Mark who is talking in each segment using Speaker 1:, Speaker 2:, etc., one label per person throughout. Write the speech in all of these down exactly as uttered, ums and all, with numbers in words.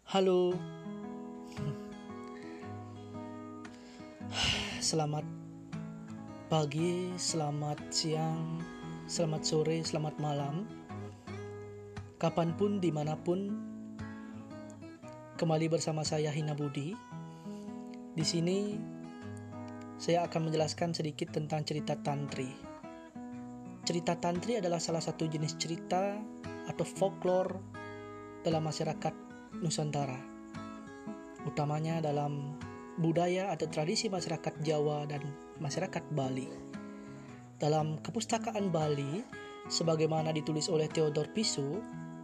Speaker 1: Halo, selamat pagi, selamat siang, selamat sore, selamat malam. Kapanpun, dimanapun, kembali bersama saya Hina Budi. Di sini saya akan menjelaskan sedikit tentang cerita tantri. Cerita tantri adalah salah satu jenis cerita atau folklore dalam masyarakat Nusantara, utamanya dalam budaya atau tradisi masyarakat Jawa dan masyarakat Bali. Dalam Kepustakaan Bali, sebagaimana ditulis oleh Theodor Piso,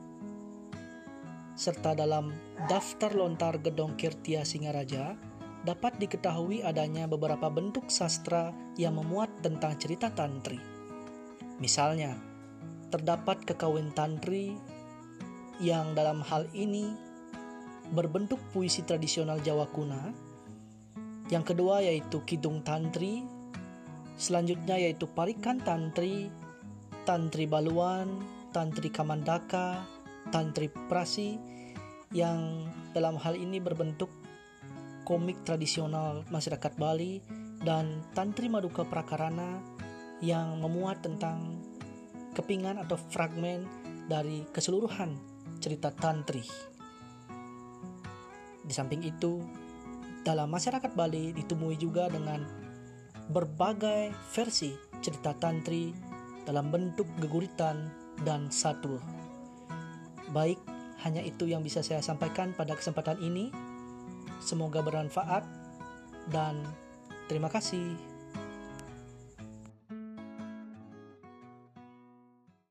Speaker 1: serta dalam Daftar Lontar Gedong Kirtia Singaraja, dapat diketahui adanya beberapa bentuk sastra yang memuat tentang cerita tantri. Misalnya, terdapat kekawin tantri yang dalam hal ini berbentuk puisi tradisional Jawa kuna. Yang kedua yaitu kidung tantri. Selanjutnya yaitu parikan tantri, tantri baluan, tantri kamandaka, tantri prasi, yang dalam hal ini berbentuk komik tradisional masyarakat Bali, dan tantri maduka prakarana yang memuat tentang kepingan atau fragmen dari keseluruhan cerita tantri. Di samping itu, dalam masyarakat Bali ditemui juga dengan berbagai versi cerita tantri dalam bentuk geguritan dan satwa. Baik, hanya itu yang bisa saya sampaikan pada kesempatan ini. Semoga bermanfaat dan terima kasih.